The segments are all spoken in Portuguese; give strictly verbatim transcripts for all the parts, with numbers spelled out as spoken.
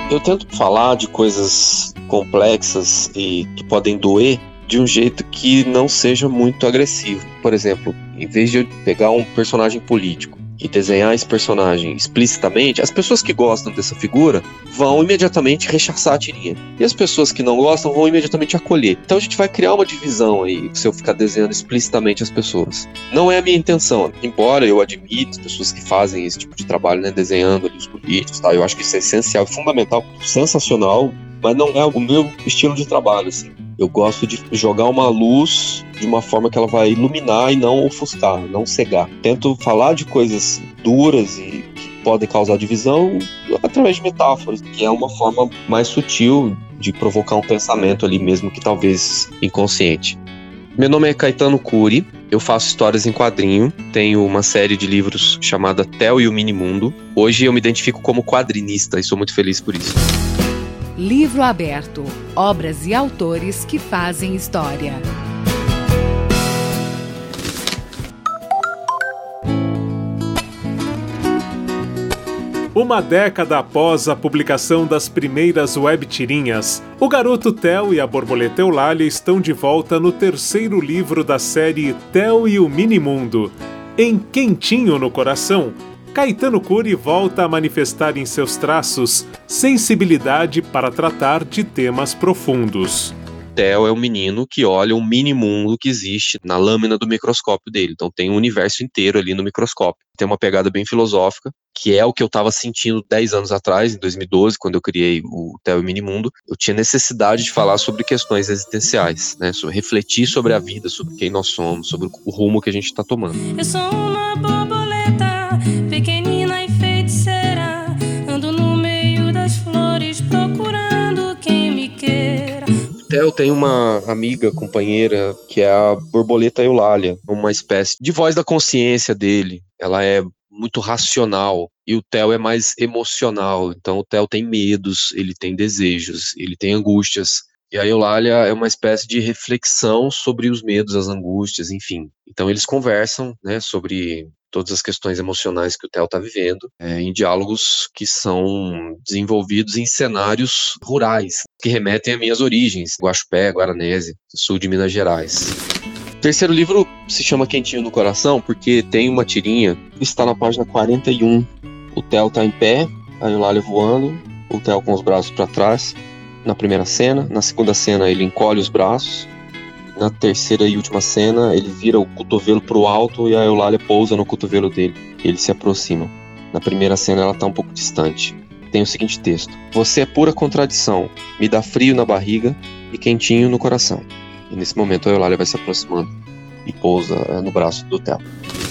Eu tento falar de coisas complexas e que podem doer de um jeito que não seja muito agressivo. Por exemplo, em vez de eu pegar um personagem político e desenhar esse personagem explicitamente, as pessoas que gostam dessa figura vão imediatamente rechaçar a tirinha. E as pessoas que não gostam vão imediatamente acolher. Então a gente vai criar uma divisão aí, se eu ficar desenhando explicitamente as pessoas. Não é a minha intenção, embora eu admire as pessoas que fazem esse tipo de trabalho, né, desenhando ali os políticos, tá? Eu acho que isso é essencial, fundamental, sensacional, mas não é o meu estilo de trabalho, assim. Eu gosto de jogar uma luz de uma forma que ela vai iluminar e não ofuscar, não cegar. Tento falar de coisas duras e que podem causar divisão através de metáforas, que é uma forma mais sutil de provocar um pensamento ali mesmo, que talvez inconsciente. Meu nome é Caetano Cury, eu faço histórias em quadrinho, tenho uma série de livros chamada Theo e o Minimundo. Hoje eu me identifico como quadrinista e sou muito feliz por isso. Livro aberto. Obras e autores que fazem história. Uma década após a publicação das primeiras web-tirinhas, o garoto Theo e a borboleta Eulália estão de volta no terceiro livro da série Theo e o Minimundo. Em Quentinho no Coração, Caetano Cury volta a manifestar em seus traços sensibilidade para tratar de temas profundos. Theo é um menino que olha um mini-mundo que existe na lâmina do microscópio dele. Então tem um universo inteiro ali no microscópio. Tem uma pegada bem filosófica, que é o que eu estava sentindo dez anos atrás, em dois mil e doze, quando eu criei o Theo e o Minimundo. Eu tinha necessidade de falar sobre questões existenciais, né? Sobre, refletir sobre a vida, sobre quem nós somos, sobre o rumo que a gente está tomando. Eu sou uma borboleta, pequenina e feiticeira, ando no meio das flores procurando quem me queira. Theo tem uma amiga, companheira, que é a borboleta Eulália, uma espécie de voz da consciência dele. Ela é muito racional e o Theo é mais emocional. Então o Theo tem medos, ele tem desejos, ele tem angústias. E a Eulália é uma espécie de reflexão sobre os medos, as angústias, enfim. Então eles conversam, né, sobre todas as questões emocionais que o Theo está vivendo, é, em diálogos que são desenvolvidos em cenários rurais, que remetem a minhas origens, Guaxupé, Guaranésia, sul de Minas Gerais. O terceiro livro se chama Quentinho no Coração, porque tem uma tirinha que está na página quarenta e um. O Theo está em pé, a Eulália voando, o Theo com os braços para trás, na primeira cena. Na segunda cena ele encolhe os braços. Na terceira e última cena, ele vira o cotovelo pro alto e a Eulália pousa no cotovelo dele. E eles se aproximam. Na primeira cena, ela tá um pouco distante. Tem o seguinte texto: você é pura contradição, me dá frio na barriga e quentinho no coração. E nesse momento, a Eulália vai se aproximando e pousa no braço do Theo.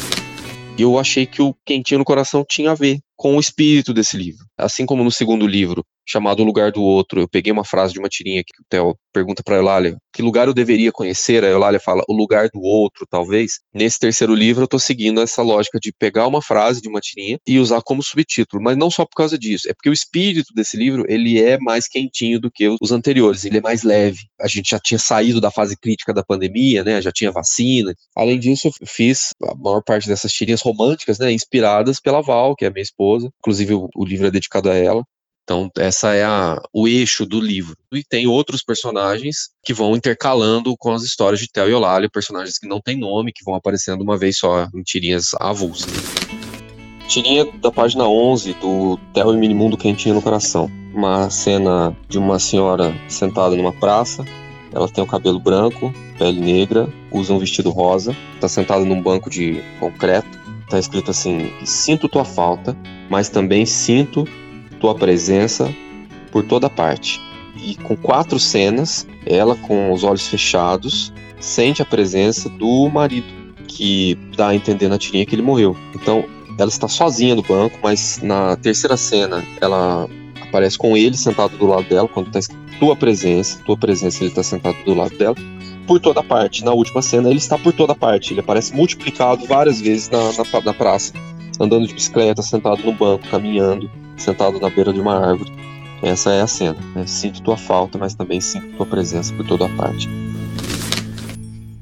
E eu achei que o quentinho no coração tinha a ver com o espírito desse livro. Assim como no segundo livro, chamado O Lugar do Outro, eu peguei uma frase de uma tirinha que o Theo pergunta para a Eulália que lugar eu deveria conhecer. A Eulália fala o lugar do outro, talvez. Nesse terceiro livro eu tô seguindo essa lógica de pegar uma frase de uma tirinha e usar como subtítulo, mas não só por causa disso, é porque o espírito desse livro, ele é mais quentinho do que os anteriores, ele é mais leve. A gente já tinha saído da fase crítica da pandemia, né, já tinha vacina. Além disso, eu fiz a maior parte dessas tirinhas românticas, né, inspiradas pela Val, que é a minha esposa. Inclusive o, o livro é dedicado a ela. Então, essa é a, o eixo do livro. E tem outros personagens que vão intercalando com as histórias de Theo e Eulália, personagens que não têm nome, que vão aparecendo uma vez só em tirinhas avulsas. Tirinha da página onze do Theo e o Minimundo Quentinho no Coração. Uma cena de uma senhora sentada numa praça. Ela tem o cabelo branco, pele negra, usa um vestido rosa. Está sentada num banco de concreto. Está escrito assim: sinto tua falta, mas também sinto tua presença por toda parte. E com quatro cenas, ela com os olhos fechados sente a presença do marido, que dá a entender na tirinha que ele morreu. Então ela está sozinha no banco, mas na terceira cena ela aparece com ele sentado do lado dela, quando está escrito tua presença, tua presença, ele está sentado do lado dela, por toda parte. Na última cena ele está por toda parte, ele aparece multiplicado várias vezes na, na, na praça, andando de bicicleta, sentado no banco, caminhando, sentado na beira de uma árvore. Essa é a cena, né? Sinto tua falta, mas também sinto tua presença por toda a parte. Não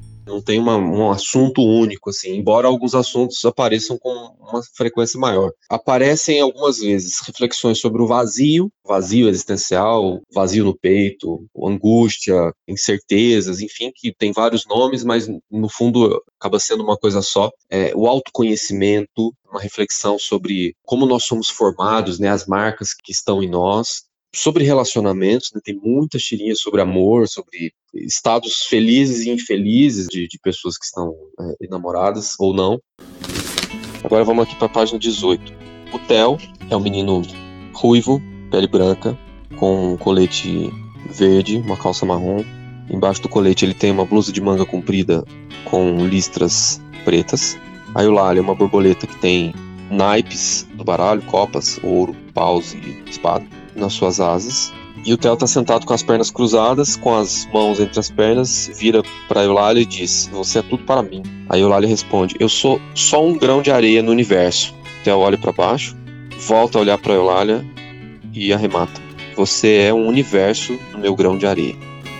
tem uma, um assunto único, assim, embora alguns assuntos apareçam com uma frequência maior. Aparecem algumas vezes reflexões sobre o vazio, vazio existencial, vazio no peito, angústia, incertezas, enfim, que tem vários nomes, mas no fundo acaba sendo uma coisa só. É, o autoconhecimento, uma reflexão sobre como nós somos formados, né, as marcas que estão em nós, sobre relacionamentos, né, tem muitas tirinhas sobre amor, sobre estados felizes e infelizes de, de pessoas que estão é, enamoradas ou não. Agora vamos aqui para a página dezoito. O Theo é um menino ruivo, pele branca, com um colete verde, uma calça marrom. Embaixo do colete ele tem uma blusa de manga comprida com listras pretas. A Eulalia é uma borboleta que tem naipes do baralho, copas, ouro, paus e espada nas suas asas. E o Theo está sentado com as pernas cruzadas, com as mãos entre as pernas, vira para a Eulalia e diz: "Você é tudo para mim." A Eulalia responde: "Eu sou só um grão de areia no universo." O Theo olha para baixo, volta a olhar para a Eulalia e arremata: "Você é um universo no meu grão de areia."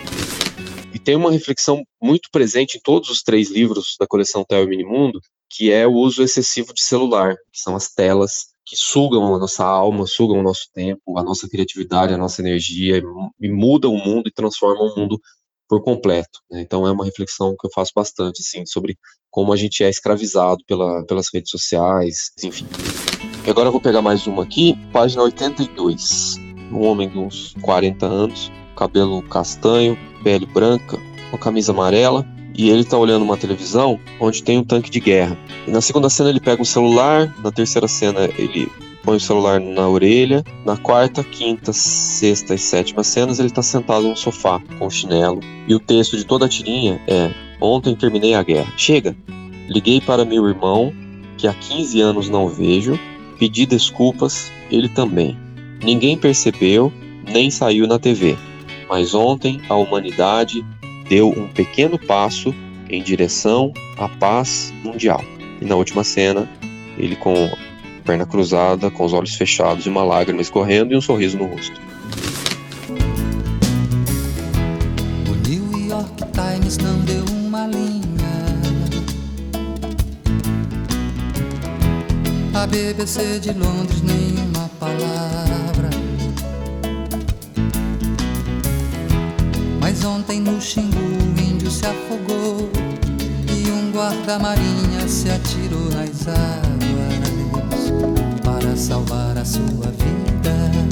E tem uma reflexão muito presente em todos os três livros da coleção Theo e o Minimundo, que é o uso excessivo de celular, que são as telas que sugam a nossa alma, sugam o nosso tempo, a nossa criatividade, a nossa energia, e mudam o mundo e transformam o mundo por completo, né? Então é uma reflexão que eu faço bastante, assim, sobre como a gente é escravizado pela, pelas redes sociais, enfim. E agora eu vou pegar mais uma aqui, página oitenta e dois. Um homem de uns quarenta anos, cabelo castanho, pele branca, uma camisa amarela, e ele tá olhando uma televisão onde tem um tanque de guerra. E na segunda cena ele pega um celular, na terceira cena ele põe o celular na orelha, na quarta, quinta, sexta e sétima cenas ele tá sentado no sofá com chinelo. E o texto de toda a tirinha é: "Ontem terminei a guerra. Chega! Liguei para meu irmão, que há quinze anos não vejo, pedi desculpas, ele também. Ninguém percebeu, nem saiu na T V. Mas ontem a humanidade deu um pequeno passo em direção à paz mundial." E na última cena, ele com a perna cruzada, com os olhos fechados e uma lágrima escorrendo e um sorriso no rosto. O New York Times não deu uma linha, a B B C de Londres nenhuma palavra. Mas ontem no Xingu o índio se afogou e um guarda-marinha se atirou nas águas para salvar a sua vida.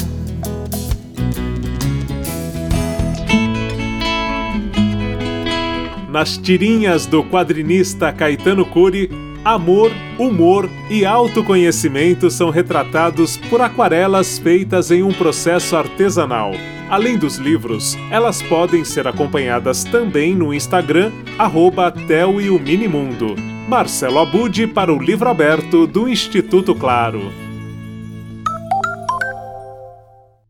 Nas tirinhas do quadrinista Caetano Cury, amor, humor e autoconhecimento são retratados por aquarelas feitas em um processo artesanal. Além dos livros, elas podem ser acompanhadas também no Instagram, arroba Theo e o Minimundo. Marcelo Abud para o Livro Aberto do Instituto Claro.